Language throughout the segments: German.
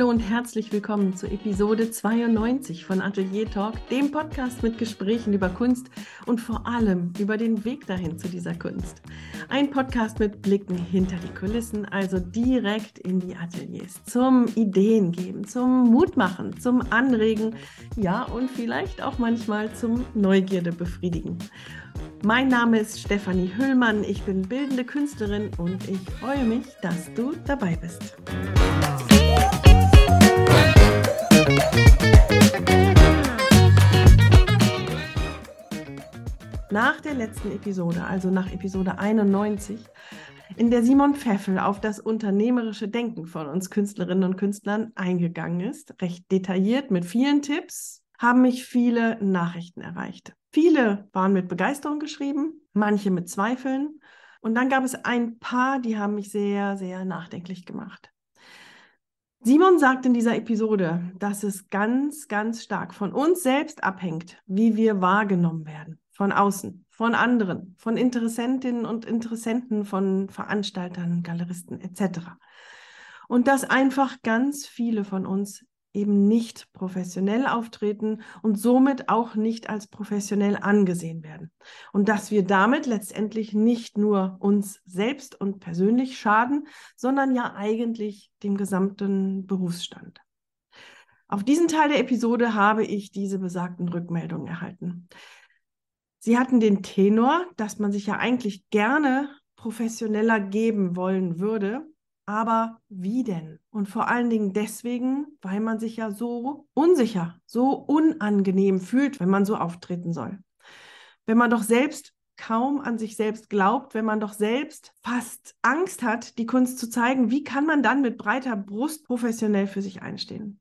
Hallo und herzlich willkommen zur Episode 92 von Atelier Talk, dem Podcast mit Gesprächen über Kunst und vor allem über den Weg dahin zu dieser Kunst. Ein Podcast mit Blicken hinter die Kulissen, also direkt in die Ateliers, zum Ideen geben, zum Mut machen, zum Anregen, ja und vielleicht auch manchmal zum Neugierde befriedigen. Mein Name ist Stefanie Hüllmann, ich bin bildende Künstlerin und ich freue mich, dass du dabei bist. Nach der letzten Episode, also nach Episode 91, in der Simon Pfeffel auf das unternehmerische Denken von uns Künstlerinnen und Künstlern eingegangen ist, recht detailliert mit vielen Tipps, haben mich viele Nachrichten erreicht. Viele waren mit Begeisterung geschrieben, manche mit Zweifeln und dann gab es ein paar, die haben mich sehr, sehr nachdenklich gemacht. Simon sagt in dieser Episode, dass es ganz, ganz stark von uns selbst abhängt, wie wir wahrgenommen werden. Von außen, von anderen, von Interessentinnen und Interessenten, von Veranstaltern, Galeristen etc. Und dass einfach ganz viele von uns eben nicht professionell auftreten und somit auch nicht als professionell angesehen werden. Und dass wir damit letztendlich nicht nur uns selbst und persönlich schaden, sondern ja eigentlich dem gesamten Berufsstand. Auf diesen Teil der Episode habe ich diese besagten Rückmeldungen erhalten. Sie hatten den Tenor, dass man sich ja eigentlich gerne professioneller geben wollen würde, aber wie denn? Und vor allen Dingen deswegen, weil man sich ja so unsicher, so unangenehm fühlt, wenn man so auftreten soll. Wenn man doch selbst kaum an sich selbst glaubt, wenn man doch selbst fast Angst hat, die Kunst zu zeigen, wie kann man dann mit breiter Brust professionell für sich einstehen?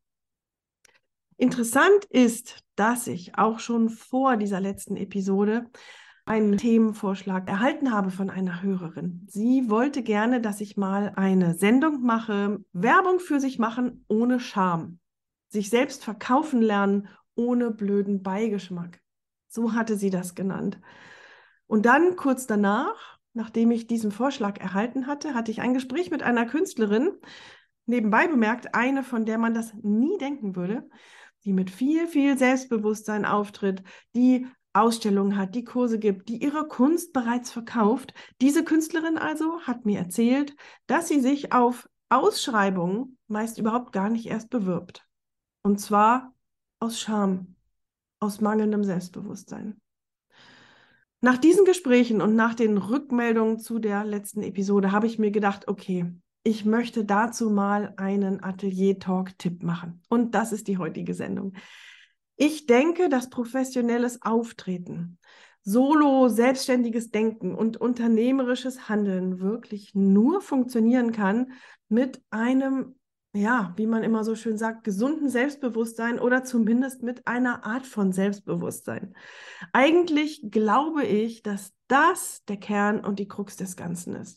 Interessant ist, dass ich auch schon vor dieser letzten Episode einen Themenvorschlag erhalten habe von einer Hörerin. Sie wollte gerne, dass ich mal eine Sendung mache, Werbung für sich machen ohne Scham, sich selbst verkaufen lernen ohne blöden Beigeschmack. So hatte sie das genannt. Und dann kurz danach, nachdem ich diesen Vorschlag erhalten hatte, hatte ich ein Gespräch mit einer Künstlerin, nebenbei bemerkt, eine, von der man das nie denken würde, die mit viel, viel Selbstbewusstsein auftritt, die Ausstellungen hat, die Kurse gibt, die ihre Kunst bereits verkauft. Diese Künstlerin also hat mir erzählt, dass sie sich auf Ausschreibungen meist überhaupt gar nicht erst bewirbt. Und zwar aus Scham, aus mangelndem Selbstbewusstsein. Nach diesen Gesprächen und nach den Rückmeldungen zu der letzten Episode habe ich mir gedacht, okay, ich möchte dazu mal einen Atelier-Talk-Tipp machen. Und das ist die heutige Sendung. Ich denke, dass professionelles Auftreten, solo selbstständiges Denken und unternehmerisches Handeln wirklich nur funktionieren kann mit einem, ja, wie man immer so schön sagt, gesunden Selbstbewusstsein oder zumindest mit einer Art von Selbstbewusstsein. Eigentlich glaube ich, dass das der Kern und die Krux des Ganzen ist.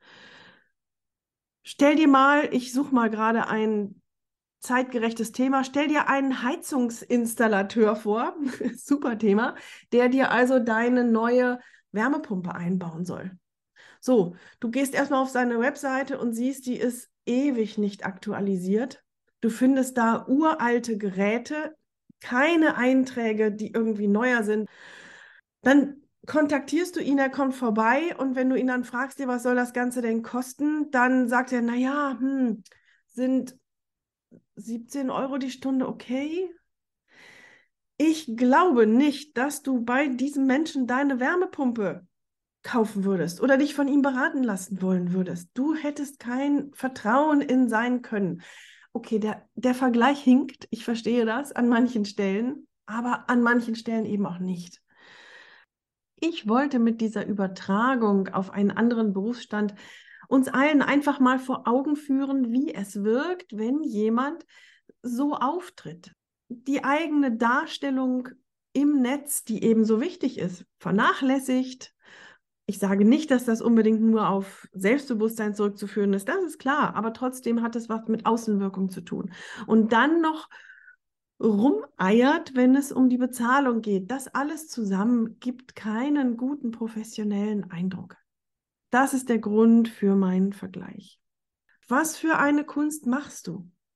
Stell dir mal, ich suche mal gerade ein zeitgerechtes Thema, stell dir einen Heizungsinstallateur vor, super Thema, der dir also deine neue Wärmepumpe einbauen soll. So, du gehst erstmal auf seine Webseite und siehst, die ist ewig nicht aktualisiert. Du findest da uralte Geräte, keine Einträge, die irgendwie neuer sind. Dann kontaktierst du ihn, er kommt vorbei und wenn du ihn dann fragst, dir, was soll das Ganze denn kosten, dann sagt er, naja, sind 17 € die Stunde okay? Ich glaube nicht, dass du bei diesem Menschen deine Wärmepumpe kaufen würdest oder dich von ihm beraten lassen wollen würdest. Du hättest kein Vertrauen in sein Können. Okay, der Vergleich hinkt, ich verstehe das an manchen Stellen, aber an manchen Stellen eben auch nicht. Ich wollte mit dieser Übertragung auf einen anderen Berufsstand uns allen einfach mal vor Augen führen, wie es wirkt, wenn jemand so auftritt. Die eigene Darstellung im Netz, die eben so wichtig ist, vernachlässigt. Ich sage nicht, dass das unbedingt nur auf Selbstbewusstsein zurückzuführen ist, das ist klar, aber trotzdem hat es was mit Außenwirkung zu tun. Und dann noch rumeiert, wenn es um die Bezahlung geht. Das alles zusammen gibt keinen guten professionellen Eindruck. Das ist der Grund für meinen Vergleich. Was für eine Kunst machst du?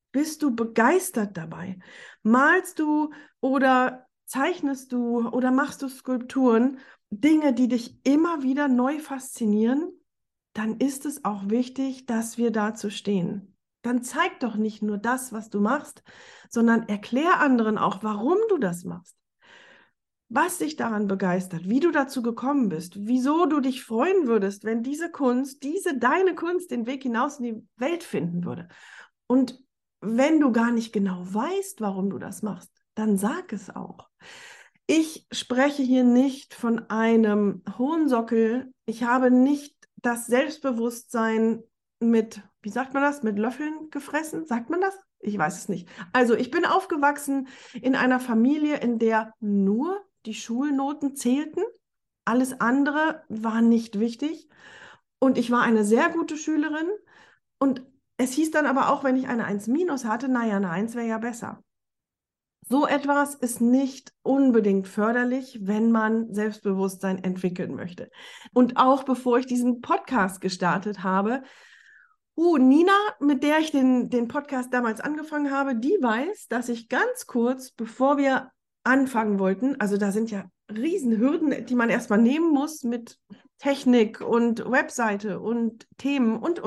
Bist du begeistert dabei? Malst du oder zeichnest du oder machst du Skulpturen, Dinge, die dich immer wieder neu faszinieren? Dann ist es auch wichtig, dass wir dazu stehen. Dann zeig doch nicht nur das, was du machst, sondern erklär anderen auch, warum du das machst, was dich daran begeistert, wie du dazu gekommen bist, wieso du dich freuen würdest, wenn diese Kunst, deine Kunst den Weg hinaus in die Welt finden würde. Und wenn du gar nicht genau weißt, warum du das machst, dann sag es auch. Ich spreche hier nicht von einem hohen Sockel. Ich habe nicht das Selbstbewusstsein wie sagt man das, mit Löffeln gefressen? Sagt man das? Ich weiß es nicht. Also ich bin aufgewachsen in einer Familie, in der nur die Schulnoten zählten. Alles andere war nicht wichtig. Und ich war eine sehr gute Schülerin. Und es hieß dann aber auch, wenn ich eine 1 minus hatte, naja, eine 1 wäre ja besser. So etwas ist nicht unbedingt förderlich, wenn man Selbstbewusstsein entwickeln möchte. Und auch bevor ich diesen Podcast gestartet habe, Nina, mit der ich den Podcast damals angefangen habe, die weiß, dass ich ganz kurz, bevor wir anfangen wollten, also da sind ja Riesenhürden, die man erstmal nehmen muss mit Technik und Webseite und Themen und.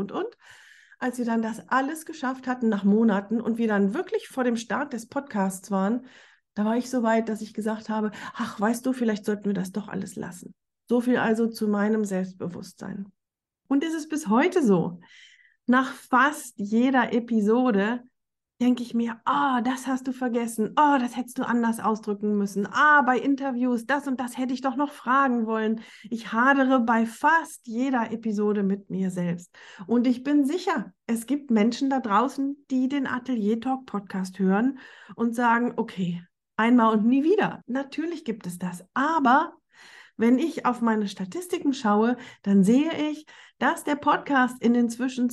Als wir dann das alles geschafft hatten nach Monaten und wir dann wirklich vor dem Start des Podcasts waren, da war ich so weit, dass ich gesagt habe, ach, weißt du, vielleicht sollten wir das doch alles lassen. So viel also zu meinem Selbstbewusstsein. Und ist es bis heute so? Nach fast jeder Episode denke ich mir, das hast du vergessen, das hättest du anders ausdrücken müssen, bei Interviews, das und das hätte ich doch noch fragen wollen. Ich hadere bei fast jeder Episode mit mir selbst. Und ich bin sicher, es gibt Menschen da draußen, die den Atelier Talk Podcast hören und sagen, okay, einmal und nie wieder. Natürlich gibt es das, aber wenn ich auf meine Statistiken schaue, dann sehe ich, dass der Podcast in inzwischen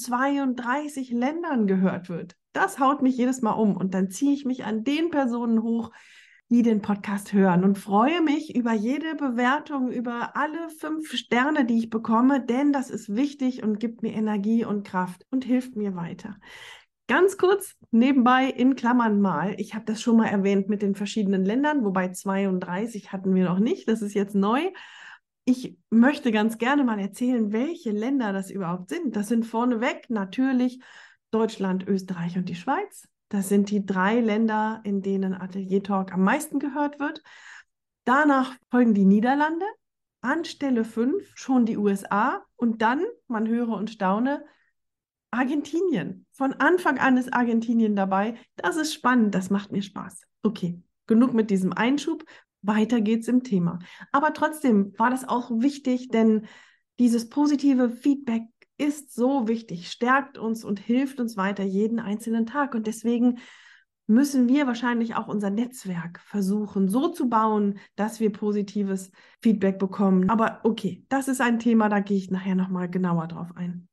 32 Ländern gehört wird. Das haut mich jedes Mal um und dann ziehe ich mich an den Personen hoch, die den Podcast hören und freue mich über jede Bewertung, über alle 5 Sterne, die ich bekomme, denn das ist wichtig und gibt mir Energie und Kraft und hilft mir weiter. Ganz kurz nebenbei in Klammern mal, ich habe das schon mal erwähnt mit den verschiedenen Ländern, wobei 32 hatten wir noch nicht, das ist jetzt neu. Ich möchte ganz gerne mal erzählen, welche Länder das überhaupt sind. Das sind vorneweg natürlich Deutschland, Österreich und die Schweiz. Das sind die 3 Länder, in denen Atelier Talk am meisten gehört wird. Danach folgen die Niederlande, an Stelle 5 schon die USA und dann, man höre und staune, Argentinien. Von Anfang an ist Argentinien dabei. Das ist spannend, das macht mir Spaß. Okay, genug mit diesem Einschub. Weiter geht's im Thema. Aber trotzdem war das auch wichtig, denn dieses positive Feedback ist so wichtig, stärkt uns und hilft uns weiter jeden einzelnen Tag. Und deswegen müssen wir wahrscheinlich auch unser Netzwerk versuchen, so zu bauen, dass wir positives Feedback bekommen. Aber okay, das ist ein Thema, da gehe ich nachher nochmal genauer drauf ein.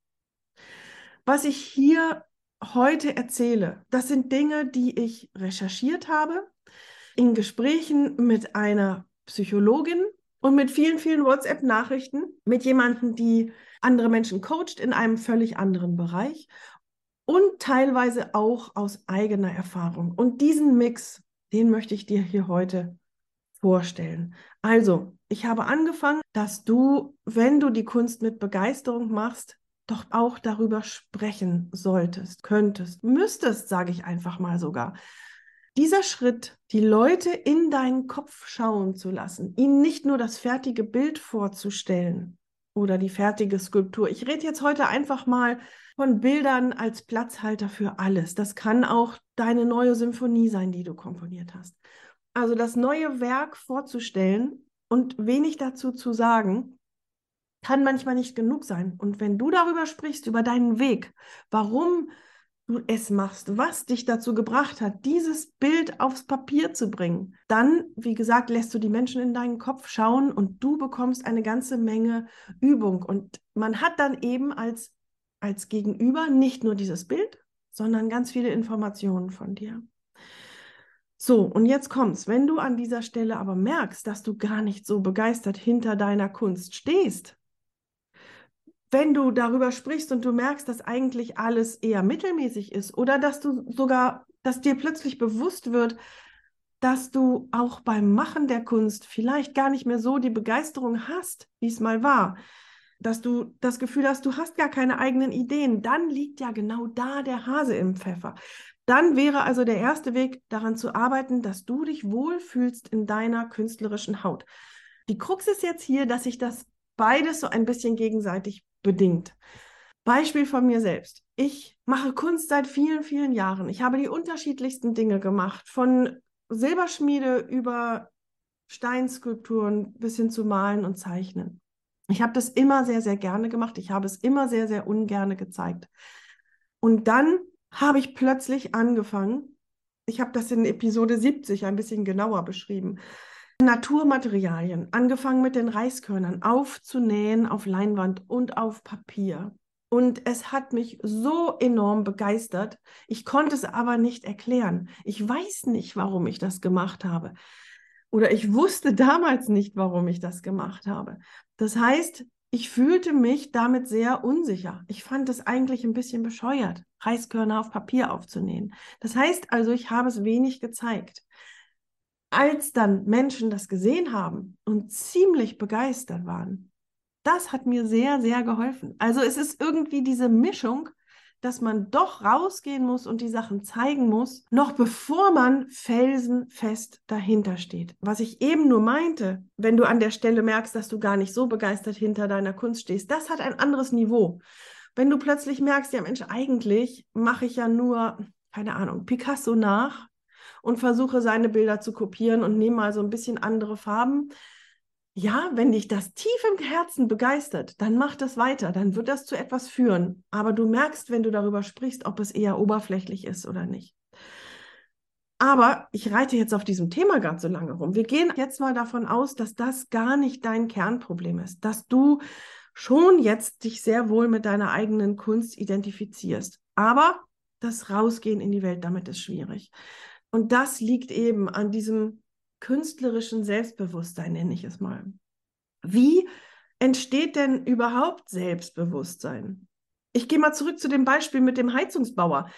Was ich hier heute erzähle, das sind Dinge, die ich recherchiert habe, in Gesprächen mit einer Psychologin und mit vielen, vielen WhatsApp-Nachrichten mit jemandem, die andere Menschen coacht in einem völlig anderen Bereich und teilweise auch aus eigener Erfahrung. Und diesen Mix, den möchte ich dir hier heute vorstellen. Also, ich habe angefangen, dass du, wenn du die Kunst mit Begeisterung machst, doch auch darüber sprechen solltest, könntest, müsstest, sage ich einfach mal sogar. Dieser Schritt, die Leute in deinen Kopf schauen zu lassen, ihnen nicht nur das fertige Bild vorzustellen oder die fertige Skulptur. Ich rede jetzt heute einfach mal von Bildern als Platzhalter für alles. Das kann auch deine neue Symphonie sein, die du komponiert hast. Also das neue Werk vorzustellen und wenig dazu zu sagen, kann manchmal nicht genug sein. Und wenn du darüber sprichst, über deinen Weg, warum du es machst, was dich dazu gebracht hat, dieses Bild aufs Papier zu bringen, dann, wie gesagt, lässt du die Menschen in deinen Kopf schauen und du bekommst eine ganze Menge Übung. Und man hat dann eben als Gegenüber nicht nur dieses Bild, sondern ganz viele Informationen von dir. So, und jetzt kommt's. Wenn du an dieser Stelle aber merkst, dass du gar nicht so begeistert hinter deiner Kunst stehst, wenn du darüber sprichst und du merkst, dass eigentlich alles eher mittelmäßig ist oder dass dir plötzlich bewusst wird, dass du auch beim Machen der Kunst vielleicht gar nicht mehr so die Begeisterung hast, wie es mal war, dass du das Gefühl hast, du hast gar keine eigenen Ideen, dann liegt ja genau da der Hase im Pfeffer. Dann wäre also der erste Weg, daran zu arbeiten, dass du dich wohlfühlst in deiner künstlerischen Haut. Die Krux ist jetzt hier, dass sich das beides so ein bisschen gegenseitig bedingt. Beispiel von mir selbst. Ich mache Kunst seit vielen, vielen Jahren. Ich habe die unterschiedlichsten Dinge gemacht, von Silberschmiede über Steinskulpturen bis hin zu Malen und Zeichnen. Ich habe das immer sehr, sehr gerne gemacht. Ich habe es immer sehr, sehr ungerne gezeigt. Und dann habe ich plötzlich angefangen, ich habe das in Episode 70 ein bisschen genauer beschrieben, Naturmaterialien, angefangen mit den Reiskörnern, aufzunähen auf Leinwand und auf Papier. Und es hat mich so enorm begeistert. Ich konnte es aber nicht erklären. Ich weiß nicht, warum ich das gemacht habe. Oder ich wusste damals nicht, warum ich das gemacht habe. Das heißt, ich fühlte mich damit sehr unsicher. Ich fand es eigentlich ein bisschen bescheuert, Reiskörner auf Papier aufzunähen. Das heißt also, ich habe es wenig gezeigt. Als dann Menschen das gesehen haben und ziemlich begeistert waren, das hat mir sehr, sehr geholfen. Also es ist irgendwie diese Mischung, dass man doch rausgehen muss und die Sachen zeigen muss, noch bevor man felsenfest dahinter steht. Was ich eben nur meinte, wenn du an der Stelle merkst, dass du gar nicht so begeistert hinter deiner Kunst stehst, das hat ein anderes Niveau. Wenn du plötzlich merkst, ja Mensch, eigentlich mache ich ja nur, keine Ahnung, Picasso nach und versuche seine Bilder zu kopieren und nehme mal so ein bisschen andere Farben. Ja, wenn dich das tief im Herzen begeistert, dann mach das weiter, dann wird das zu etwas führen. Aber du merkst, wenn du darüber sprichst, ob es eher oberflächlich ist oder nicht. Aber ich reite jetzt auf diesem Thema gerade so lange rum. Wir gehen jetzt mal davon aus, dass das gar nicht dein Kernproblem ist, dass du schon jetzt dich sehr wohl mit deiner eigenen Kunst identifizierst. Aber das Rausgehen in die Welt damit ist schwierig. Und das liegt eben an diesem künstlerischen Selbstbewusstsein, nenne ich es mal. Wie entsteht denn überhaupt Selbstbewusstsein? Ich gehe mal zurück zu dem Beispiel mit dem Heizungsbauer.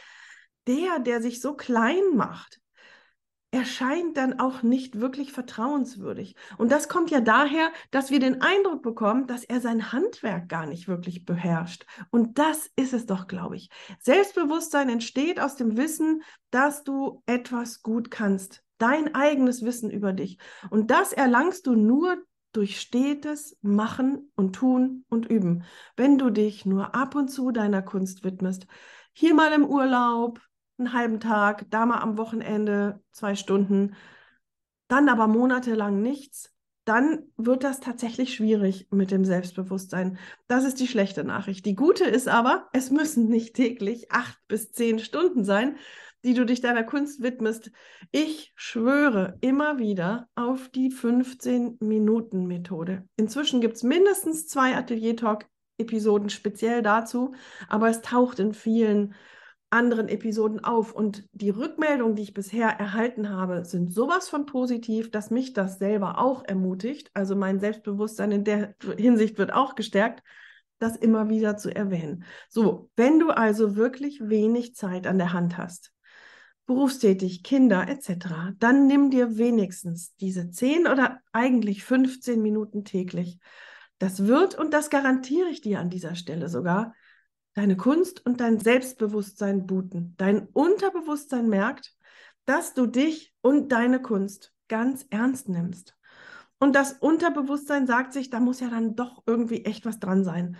Der sich so klein macht, erscheint dann auch nicht wirklich vertrauenswürdig. Und das kommt ja daher, dass wir den Eindruck bekommen, dass er sein Handwerk gar nicht wirklich beherrscht. Und das ist es doch, glaube ich. Selbstbewusstsein entsteht aus dem Wissen, dass du etwas gut kannst. Dein eigenes Wissen über dich. Und das erlangst du nur durch stetes Machen und Tun und Üben. Wenn du dich nur ab und zu deiner Kunst widmest, hier mal im Urlaub, einen halben Tag, da mal am Wochenende 2 Stunden, dann aber monatelang nichts, dann wird das tatsächlich schwierig mit dem Selbstbewusstsein. Das ist die schlechte Nachricht. Die gute ist aber, es müssen nicht täglich 8 bis 10 Stunden sein, die du dich deiner Kunst widmest. Ich schwöre immer wieder auf die 15-Minuten-Methode. Inzwischen gibt es mindestens 2 Atelier-Talk-Episoden speziell dazu, aber es taucht in vielen anderen Episoden auf. Und die Rückmeldungen, die ich bisher erhalten habe, sind sowas von positiv, dass mich das selber auch ermutigt. Also mein Selbstbewusstsein in der Hinsicht wird auch gestärkt, das immer wieder zu erwähnen. So, wenn du also wirklich wenig Zeit an der Hand hast, berufstätig, Kinder etc., dann nimm dir wenigstens diese 10 oder eigentlich 15 Minuten täglich. Das wird, und das garantiere ich dir an dieser Stelle sogar, deine Kunst und dein Selbstbewusstsein booten. Dein Unterbewusstsein merkt, dass du dich und deine Kunst ganz ernst nimmst. Und das Unterbewusstsein sagt sich, da muss ja dann doch irgendwie echt was dran sein.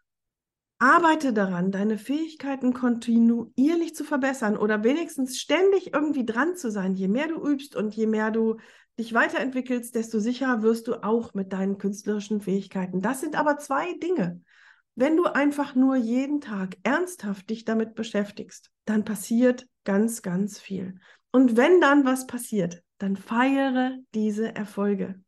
Arbeite daran, deine Fähigkeiten kontinuierlich zu verbessern oder wenigstens ständig irgendwie dran zu sein. Je mehr du übst und je mehr du dich weiterentwickelst, desto sicherer wirst du auch mit deinen künstlerischen Fähigkeiten. Das sind aber 2 Dinge. Wenn du einfach nur jeden Tag ernsthaft dich damit beschäftigst, dann passiert ganz, ganz viel. Und wenn dann was passiert, dann feiere diese Erfolge.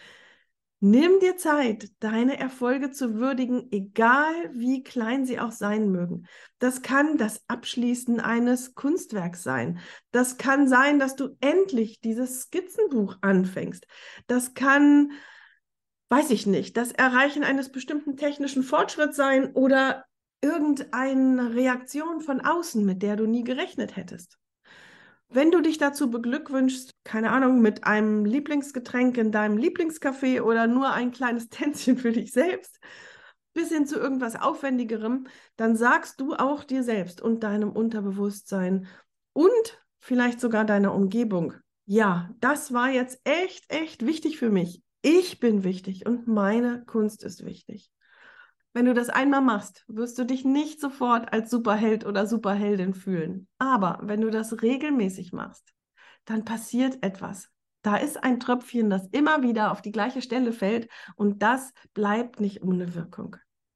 Nimm dir Zeit, deine Erfolge zu würdigen, egal wie klein sie auch sein mögen. Das kann das Abschließen eines Kunstwerks sein. Das kann sein, dass du endlich dieses Skizzenbuch anfängst. Das kann weiß ich nicht, das Erreichen eines bestimmten technischen Fortschritts sein oder irgendeine Reaktion von außen, mit der du nie gerechnet hättest. Wenn du dich dazu beglückwünschst, keine Ahnung, mit einem Lieblingsgetränk in deinem Lieblingscafé oder nur ein kleines Tänzchen für dich selbst, bis hin zu irgendwas Aufwendigerem, dann sagst du auch dir selbst und deinem Unterbewusstsein und vielleicht sogar deiner Umgebung, ja, das war jetzt echt, echt wichtig für mich. Ich bin wichtig und meine Kunst ist wichtig. Wenn du das einmal machst, wirst du dich nicht sofort als Superheld oder Superheldin fühlen. Aber wenn du das regelmäßig machst, dann passiert etwas. Da ist ein Tröpfchen, das immer wieder auf die gleiche Stelle fällt und das bleibt nicht ohne Wirkung.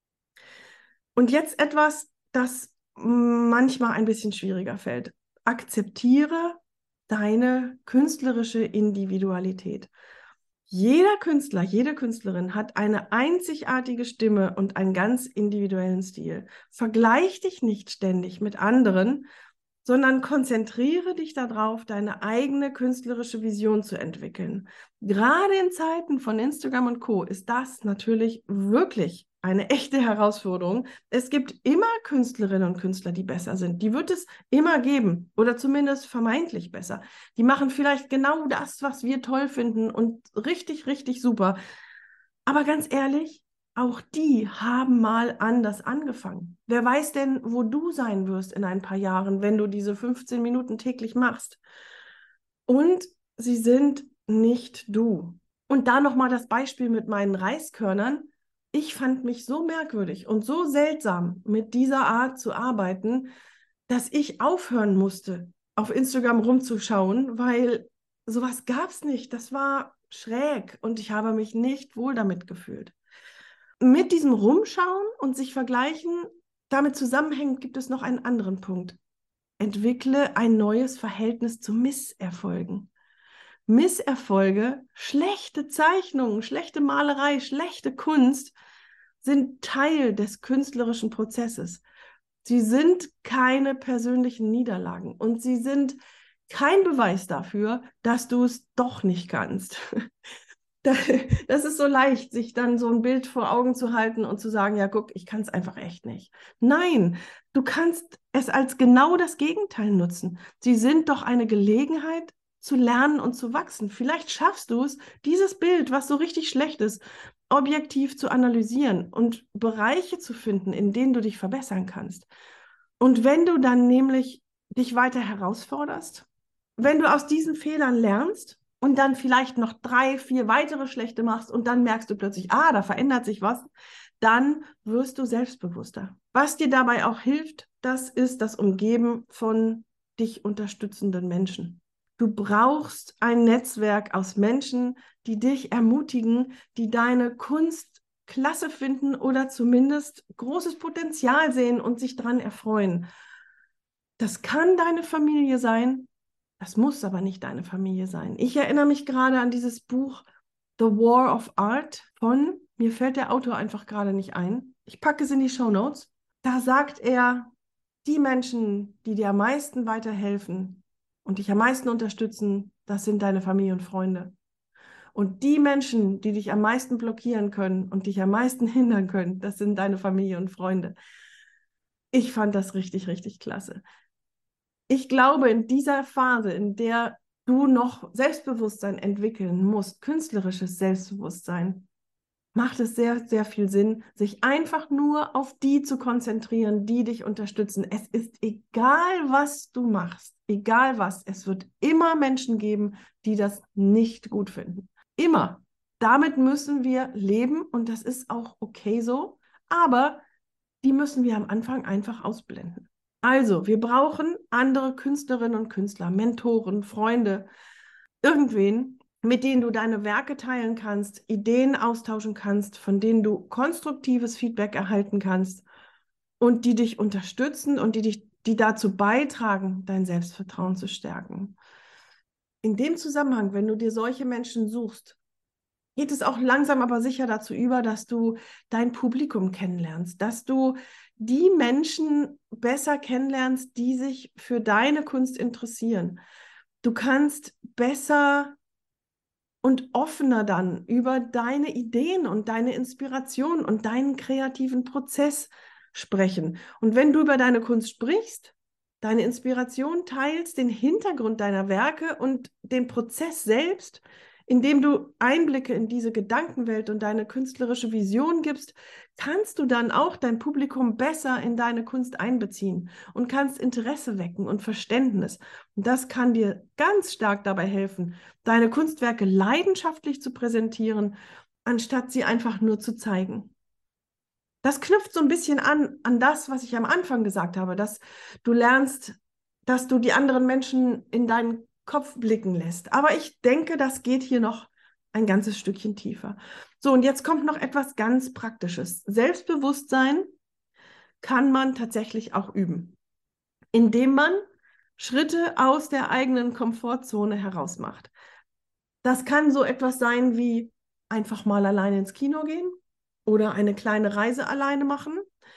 Und jetzt etwas, das manchmal ein bisschen schwieriger fällt. Akzeptiere deine künstlerische Individualität. Jeder Künstler, jede Künstlerin hat eine einzigartige Stimme und einen ganz individuellen Stil. Vergleich dich nicht ständig mit anderen, sondern konzentriere dich darauf, deine eigene künstlerische Vision zu entwickeln. Gerade in Zeiten von Instagram und Co. ist das natürlich wirklich eine echte Herausforderung. Es gibt immer Künstlerinnen und Künstler, die besser sind. Die wird es immer geben oder zumindest vermeintlich besser. Die machen vielleicht genau das, was wir toll finden und richtig, richtig super. Aber ganz ehrlich, auch die haben mal anders angefangen. Wer weiß denn, wo du sein wirst in ein paar Jahren, wenn du diese 15 Minuten täglich machst? Und sie sind nicht du. Und da nochmal das Beispiel mit meinen Reiskörnern. Ich fand mich so merkwürdig und so seltsam, mit dieser Art zu arbeiten, dass ich aufhören musste, auf Instagram rumzuschauen, weil sowas gab es nicht. Das war schräg und ich habe mich nicht wohl damit gefühlt. Mit diesem Rumschauen und sich vergleichen, damit zusammenhängend gibt es noch einen anderen Punkt. Entwickle ein neues Verhältnis zu Misserfolgen. Misserfolge, schlechte Zeichnungen, schlechte Malerei, schlechte Kunst sind Teil des künstlerischen Prozesses. Sie sind keine persönlichen Niederlagen und sie sind kein Beweis dafür, dass du es doch nicht kannst. Das ist so leicht, sich dann so ein Bild vor Augen zu halten und zu sagen, ja, guck, ich kann es einfach echt nicht. Nein, du kannst es als genau das Gegenteil nutzen. Sie sind doch eine Gelegenheit zu lernen und zu wachsen. Vielleicht schaffst du es, dieses Bild, was so richtig schlecht ist, objektiv zu analysieren und Bereiche zu finden, in denen du dich verbessern kannst. Und wenn du dann nämlich dich weiter herausforderst, wenn du aus diesen Fehlern lernst und dann vielleicht noch 3, 4 weitere schlechte machst und dann merkst du plötzlich, da verändert sich was, dann wirst du selbstbewusster. Was dir dabei auch hilft, das ist das Umgeben von dich unterstützenden Menschen. Du brauchst ein Netzwerk aus Menschen, die dich ermutigen, die deine Kunst klasse finden oder zumindest großes Potenzial sehen und sich daran erfreuen. Das kann deine Familie sein, das muss aber nicht deine Familie sein. Ich erinnere mich gerade an dieses Buch The War of Art von, mir fällt der Autor einfach gerade nicht ein. Ich packe es in die Shownotes. Da sagt er, die Menschen, die dir am meisten weiterhelfen und dich am meisten unterstützen, das sind deine Familie und Freunde. Und die Menschen, die dich am meisten blockieren können und dich am meisten hindern können, das sind deine Familie und Freunde. Ich fand das richtig, richtig klasse. Ich glaube, in dieser Phase, in der du noch Selbstbewusstsein entwickeln musst, künstlerisches Selbstbewusstsein, macht es sehr, sehr viel Sinn, sich einfach nur auf die zu konzentrieren, die dich unterstützen. Es ist egal, was du machst, egal was, es wird immer Menschen geben, die das nicht gut finden. Immer. Damit müssen wir leben und das ist auch okay so, aber die müssen wir am Anfang einfach ausblenden. Also, wir brauchen andere Künstlerinnen und Künstler, Mentoren, Freunde, irgendwen, mit denen du deine Werke teilen kannst, Ideen austauschen kannst, von denen du konstruktives Feedback erhalten kannst und die dich unterstützen und die dazu beitragen, dein Selbstvertrauen zu stärken. In dem Zusammenhang, wenn du dir solche Menschen suchst, geht es auch langsam aber sicher dazu über, dass du dein Publikum kennenlernst, dass du die Menschen besser kennenlernst, die sich für deine Kunst interessieren. Du kannst besser und offener dann über deine Ideen und deine Inspiration und deinen kreativen Prozess sprechen. Und wenn du über deine Kunst sprichst, deine Inspiration teilst, den Hintergrund deiner Werke und den Prozess selbst, indem du Einblicke in diese Gedankenwelt und deine künstlerische Vision gibst, kannst du dann auch dein Publikum besser in deine Kunst einbeziehen und kannst Interesse wecken und Verständnis. Und das kann dir ganz stark dabei helfen, deine Kunstwerke leidenschaftlich zu präsentieren, anstatt sie einfach nur zu zeigen. Das knüpft so ein bisschen an das, was ich am Anfang gesagt habe, dass du lernst, dass du die anderen Menschen in deinen Kopf blicken lässt. Aber ich denke, das geht hier noch ein ganzes Stückchen tiefer. So, und jetzt kommt noch etwas ganz Praktisches. Selbstbewusstsein kann man tatsächlich auch üben, indem man Schritte aus der eigenen Komfortzone heraus macht. Das kann so etwas sein wie einfach mal alleine ins Kino gehen oder eine kleine Reise alleine machen.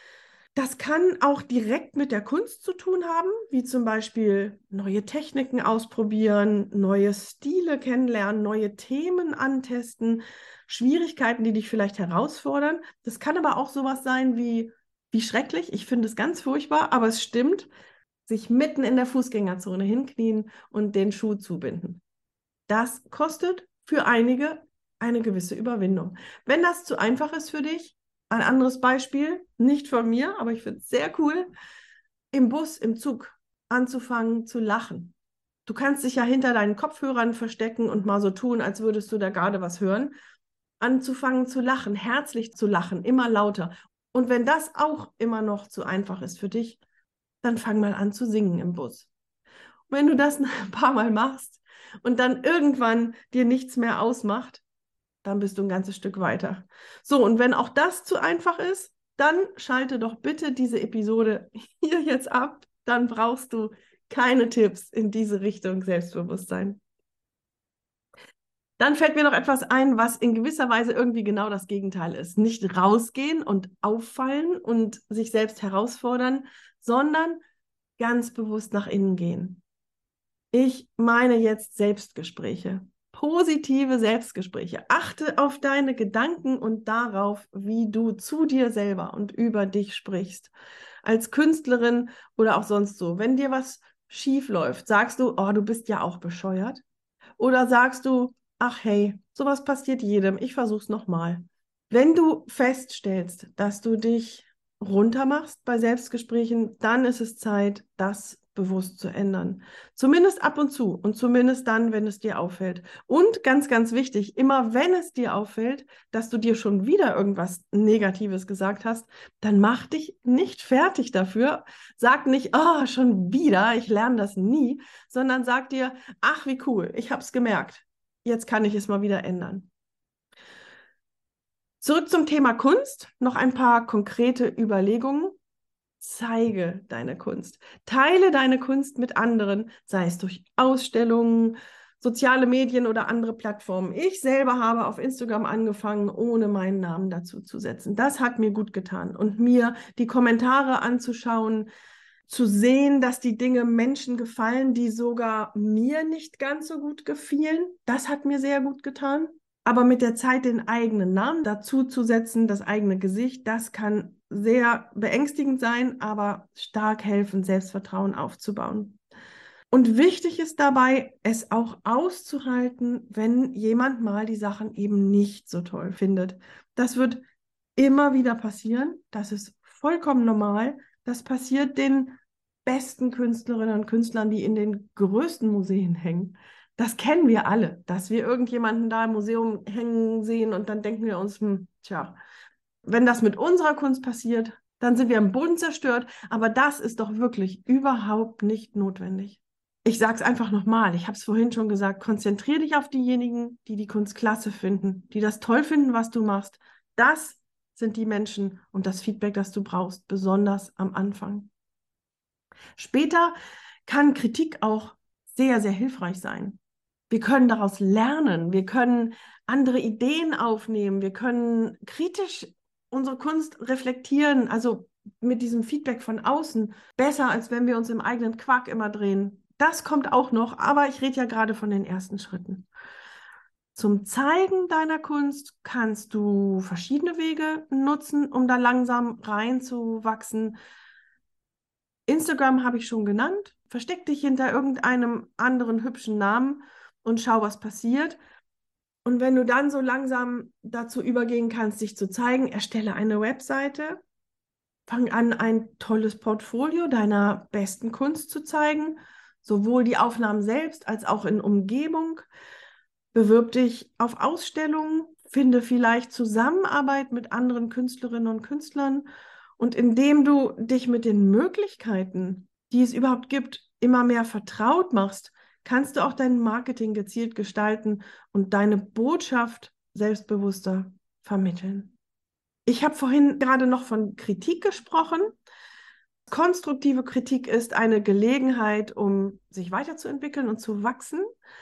Das kann auch direkt mit der Kunst zu tun haben, wie zum Beispiel neue Techniken ausprobieren, neue Stile kennenlernen, neue Themen antesten, Schwierigkeiten, die dich vielleicht herausfordern. Das kann aber auch sowas sein wie schrecklich. Ich finde es ganz furchtbar, aber es stimmt, sich mitten in der Fußgängerzone hinknien und den Schuh zubinden. Das kostet für einige eine gewisse Überwindung. Wenn das zu einfach ist für dich, ein anderes Beispiel, nicht von mir, aber ich finde es sehr cool, im Bus, im Zug anzufangen zu lachen. Du kannst dich ja hinter deinen Kopfhörern verstecken und mal so tun, als würdest du da gerade was hören. Anzufangen zu lachen, herzlich zu lachen, immer lauter. Und wenn das auch immer noch zu einfach ist für dich, dann fang mal an zu singen im Bus. Wenn du das ein paar Mal machst und dann irgendwann dir nichts mehr ausmacht, dann bist du ein ganzes Stück weiter. So, und wenn auch das zu einfach ist, dann schalte doch bitte diese Episode hier jetzt ab. Dann brauchst du keine Tipps in diese Richtung Selbstbewusstsein. Dann fällt mir noch etwas ein, was in gewisser Weise irgendwie genau das Gegenteil ist. Nicht rausgehen und auffallen und sich selbst herausfordern, sondern ganz bewusst nach innen gehen. Ich meine jetzt Selbstgespräche, positive Selbstgespräche. Achte auf deine Gedanken und darauf, wie du zu dir selber und über dich sprichst. Als Künstlerin oder auch sonst so. Wenn dir was schief läuft, sagst du, oh, du bist ja auch bescheuert. Oder sagst du, ach hey, sowas passiert jedem, ich versuch's nochmal. Wenn du feststellst, dass du dich runtermachst bei Selbstgesprächen, dann ist es Zeit, das bewusst zu ändern. Zumindest ab und zu und zumindest dann, wenn es dir auffällt. Und ganz, ganz wichtig, immer wenn es dir auffällt, dass du dir schon wieder irgendwas Negatives gesagt hast, dann mach dich nicht fertig dafür. Sag nicht, oh, schon wieder, ich lerne das nie, sondern sag dir, ach, wie cool, ich habe es gemerkt. Jetzt kann ich es mal wieder ändern. Zurück zum Thema Kunst. Noch ein paar konkrete Überlegungen. Zeige deine Kunst. Teile deine Kunst mit anderen, sei es durch Ausstellungen, soziale Medien oder andere Plattformen. Ich selber habe auf Instagram angefangen, ohne meinen Namen dazu zu setzen. Das hat mir gut getan. Und mir die Kommentare anzuschauen, zu sehen, dass die Dinge Menschen gefallen, die sogar mir nicht ganz so gut gefielen, das hat mir sehr gut getan. Aber mit der Zeit den eigenen Namen dazu zu setzen, das eigene Gesicht, das kann sehr beängstigend sein, aber stark helfen, Selbstvertrauen aufzubauen. Und wichtig ist dabei, es auch auszuhalten, wenn jemand mal die Sachen eben nicht so toll findet. Das wird immer wieder passieren. Das ist vollkommen normal. Das passiert den besten Künstlerinnen und Künstlern, die in den größten Museen hängen. Das kennen wir alle, dass wir irgendjemanden da im Museum hängen sehen und dann denken wir uns, tja, wenn das mit unserer Kunst passiert, dann sind wir am Boden zerstört, aber das ist doch wirklich überhaupt nicht notwendig. Ich sage es einfach nochmal, ich habe es vorhin schon gesagt, konzentriere dich auf diejenigen, die die Kunst klasse finden, die das toll finden, was du machst. Das sind die Menschen und das Feedback, das du brauchst, besonders am Anfang. Später kann Kritik auch sehr, sehr hilfreich sein. Wir können daraus lernen, wir können andere Ideen aufnehmen, wir können kritisch unsere Kunst reflektieren, also mit diesem Feedback von außen, besser, als wenn wir uns im eigenen Quark immer drehen. Das kommt auch noch, aber ich rede ja gerade von den ersten Schritten. Zum Zeigen deiner Kunst kannst du verschiedene Wege nutzen, um da langsam reinzuwachsen. Instagram habe ich schon genannt. Versteck dich hinter irgendeinem anderen hübschen Namen und schau, was passiert. Und wenn du dann so langsam dazu übergehen kannst, dich zu zeigen, erstelle eine Webseite, fang an, ein tolles Portfolio deiner besten Kunst zu zeigen, sowohl die Aufnahmen selbst als auch in Umgebung. Bewirb dich auf Ausstellungen, finde vielleicht Zusammenarbeit mit anderen Künstlerinnen und Künstlern. Und indem du dich mit den Möglichkeiten, die es überhaupt gibt, immer mehr vertraut machst, kannst du auch dein Marketing gezielt gestalten und deine Botschaft selbstbewusster vermitteln. Ich habe vorhin gerade noch von Kritik gesprochen. Konstruktive Kritik ist eine Gelegenheit, um sich weiterzuentwickeln und zu wachsen.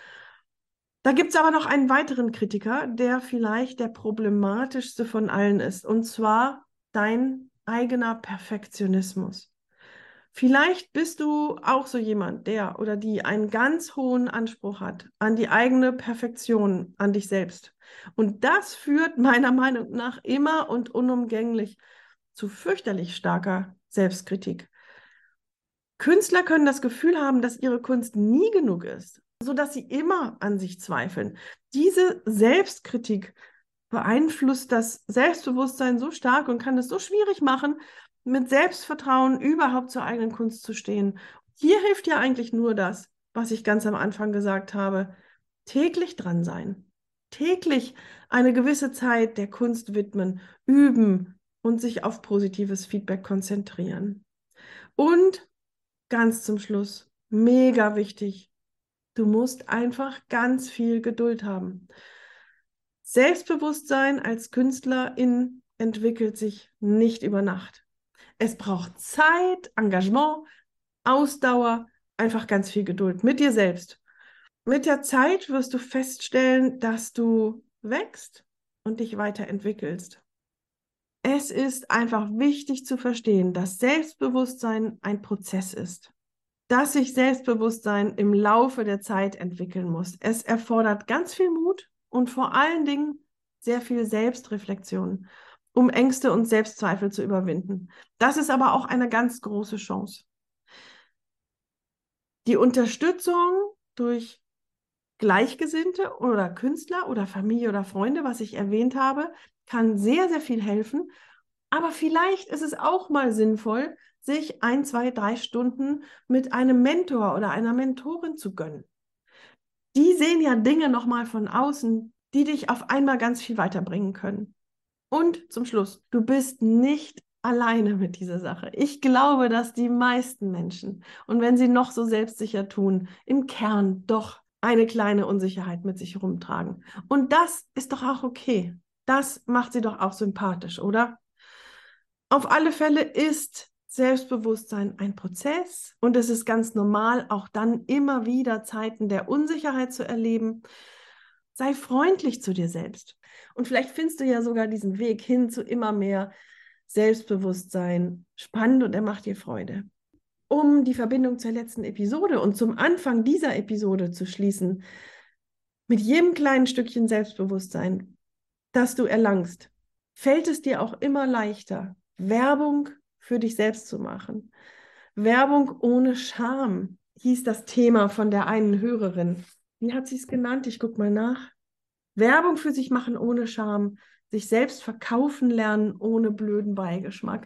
Da gibt es aber noch einen weiteren Kritiker, der vielleicht der problematischste von allen ist, und zwar dein eigener Perfektionismus. Vielleicht bist du auch so jemand, der oder die einen ganz hohen Anspruch hat an die eigene Perfektion, an dich selbst. Und das führt meiner Meinung nach immer und unumgänglich zu fürchterlich starker Selbstkritik. Künstler können das Gefühl haben, dass ihre Kunst nie genug ist, sodass sie immer an sich zweifeln. Diese Selbstkritik beeinflusst das Selbstbewusstsein so stark und kann es so schwierig machen, mit Selbstvertrauen überhaupt zur eigenen Kunst zu stehen. Hier hilft ja eigentlich nur das, was ich ganz am Anfang gesagt habe: täglich dran sein, täglich eine gewisse Zeit der Kunst widmen, üben und sich auf positives Feedback konzentrieren. Und ganz zum Schluss, mega wichtig, du musst einfach ganz viel Geduld haben. Selbstbewusstsein als Künstlerin entwickelt sich nicht über Nacht. Es braucht Zeit, Engagement, Ausdauer, einfach ganz viel Geduld mit dir selbst. Mit der Zeit wirst du feststellen, dass du wächst und dich weiterentwickelst. Es ist einfach wichtig zu verstehen, dass Selbstbewusstsein ein Prozess ist, dass sich Selbstbewusstsein im Laufe der Zeit entwickeln muss. Es erfordert ganz viel Mut und vor allen Dingen sehr viel Selbstreflexion, um Ängste und Selbstzweifel zu überwinden. Das ist aber auch eine ganz große Chance. Die Unterstützung durch Gleichgesinnte oder Künstler oder Familie oder Freunde, was ich erwähnt habe, kann sehr, sehr viel helfen. Aber vielleicht ist es auch mal sinnvoll, sich 1, 2, 3 Stunden mit einem Mentor oder einer Mentorin zu gönnen. Die sehen ja Dinge nochmal von außen, die dich auf einmal ganz viel weiterbringen können. Und zum Schluss, du bist nicht alleine mit dieser Sache. Ich glaube, dass die meisten Menschen, und wenn sie noch so selbstsicher tun, im Kern doch eine kleine Unsicherheit mit sich rumtragen. Und das ist doch auch okay. Das macht sie doch auch sympathisch, oder? Auf alle Fälle ist Selbstbewusstsein ein Prozess und es ist ganz normal, auch dann immer wieder Zeiten der Unsicherheit zu erleben. Sei freundlich zu dir selbst. Und vielleicht findest du ja sogar diesen Weg hin zu immer mehr Selbstbewusstsein spannend und er macht dir Freude. Um die Verbindung zur letzten Episode und zum Anfang dieser Episode zu schließen, mit jedem kleinen Stückchen Selbstbewusstsein, das du erlangst, fällt es dir auch immer leichter, Werbung für dich selbst zu machen. Werbung ohne Scham hieß das Thema von der einen Hörerin. Wie hat sie es genannt? Ich gucke mal nach. Werbung für sich machen ohne Scham, sich selbst verkaufen lernen ohne blöden Beigeschmack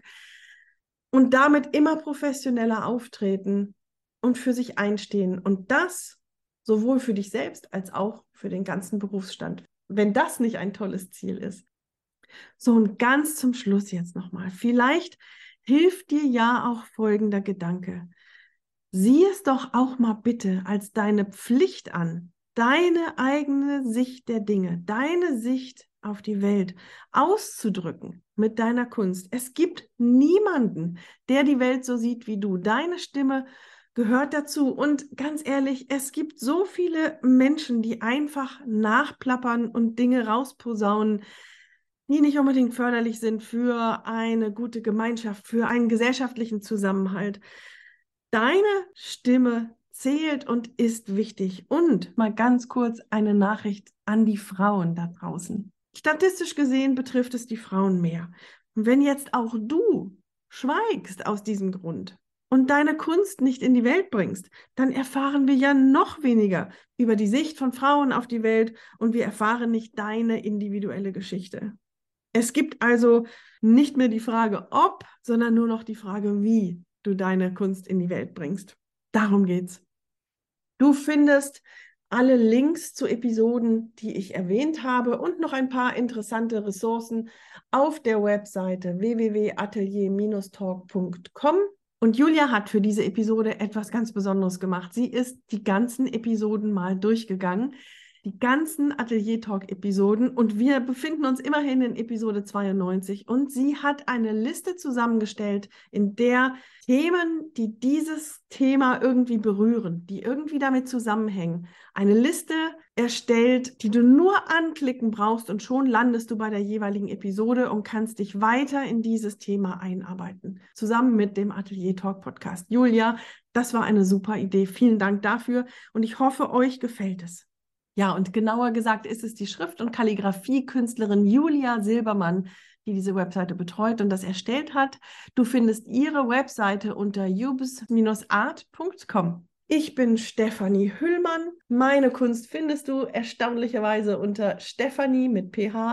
und damit immer professioneller auftreten und für sich einstehen. Und das sowohl für dich selbst als auch für den ganzen Berufsstand. Wenn das nicht ein tolles Ziel ist. So, und ganz zum Schluss jetzt nochmal. Vielleicht hilft dir ja auch folgender Gedanke. Sieh es doch auch mal bitte als deine Pflicht an, deine eigene Sicht der Dinge, deine Sicht auf die Welt auszudrücken mit deiner Kunst. Es gibt niemanden, der die Welt so sieht wie du. Deine Stimme gehört dazu. Und ganz ehrlich, es gibt so viele Menschen, die einfach nachplappern und Dinge rausposaunen, die nicht unbedingt förderlich sind für eine gute Gemeinschaft, für einen gesellschaftlichen Zusammenhalt. Deine Stimme zählt und ist wichtig. Und mal ganz kurz eine Nachricht an die Frauen da draußen. Statistisch gesehen betrifft es die Frauen mehr. Und wenn jetzt auch du schweigst aus diesem Grund und deine Kunst nicht in die Welt bringst, dann erfahren wir ja noch weniger über die Sicht von Frauen auf die Welt und wir erfahren nicht deine individuelle Geschichte. Es gibt also nicht mehr die Frage ob, sondern nur noch die Frage, wie du deine Kunst in die Welt bringst. Darum geht's. Du findest alle Links zu Episoden, die ich erwähnt habe und noch ein paar interessante Ressourcen auf der Webseite www.atelier-talk.com. Und Julia hat für diese Episode etwas ganz Besonderes gemacht. Sie ist die ganzen Episoden mal durchgegangen, die ganzen Atelier-Talk-Episoden, und wir befinden uns immerhin in Episode 92 und sie hat eine Liste zusammengestellt, in der Themen, die dieses Thema irgendwie berühren, die irgendwie damit zusammenhängen, eine Liste erstellt, die du nur anklicken brauchst und schon landest du bei der jeweiligen Episode und kannst dich weiter in dieses Thema einarbeiten, zusammen mit dem Atelier-Talk-Podcast. Julia, das war eine super Idee. Vielen Dank dafür und ich hoffe, euch gefällt es. Ja, und genauer gesagt ist es die Schrift- und Kalligrafie-Künstlerin Julia Silbermann, die diese Webseite betreut und das erstellt hat. Du findest ihre Webseite unter jubes-art.com. Ich bin Stefanie Hüllmann. Meine Kunst findest du erstaunlicherweise unter Stefanie mit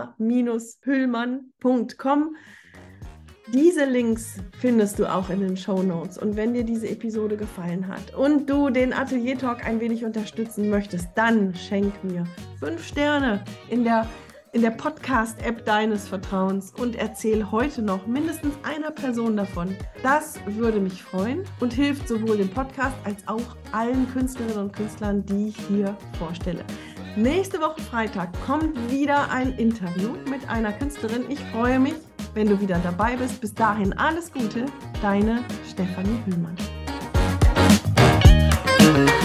ph-hüllmann.com. Diese Links findest du auch in den Shownotes. Und wenn dir diese Episode gefallen hat und du den Atelier Talk ein wenig unterstützen möchtest, dann schenk mir 5 Sterne in der Podcast-App deines Vertrauens und erzähl heute noch mindestens einer Person davon. Das würde mich freuen und hilft sowohl dem Podcast als auch allen Künstlerinnen und Künstlern, die ich hier vorstelle. Nächste Woche Freitag kommt wieder ein Interview mit einer Künstlerin. Ich freue mich, wenn du wieder dabei bist. Bis dahin alles Gute, deine Stefanie Hüllmann.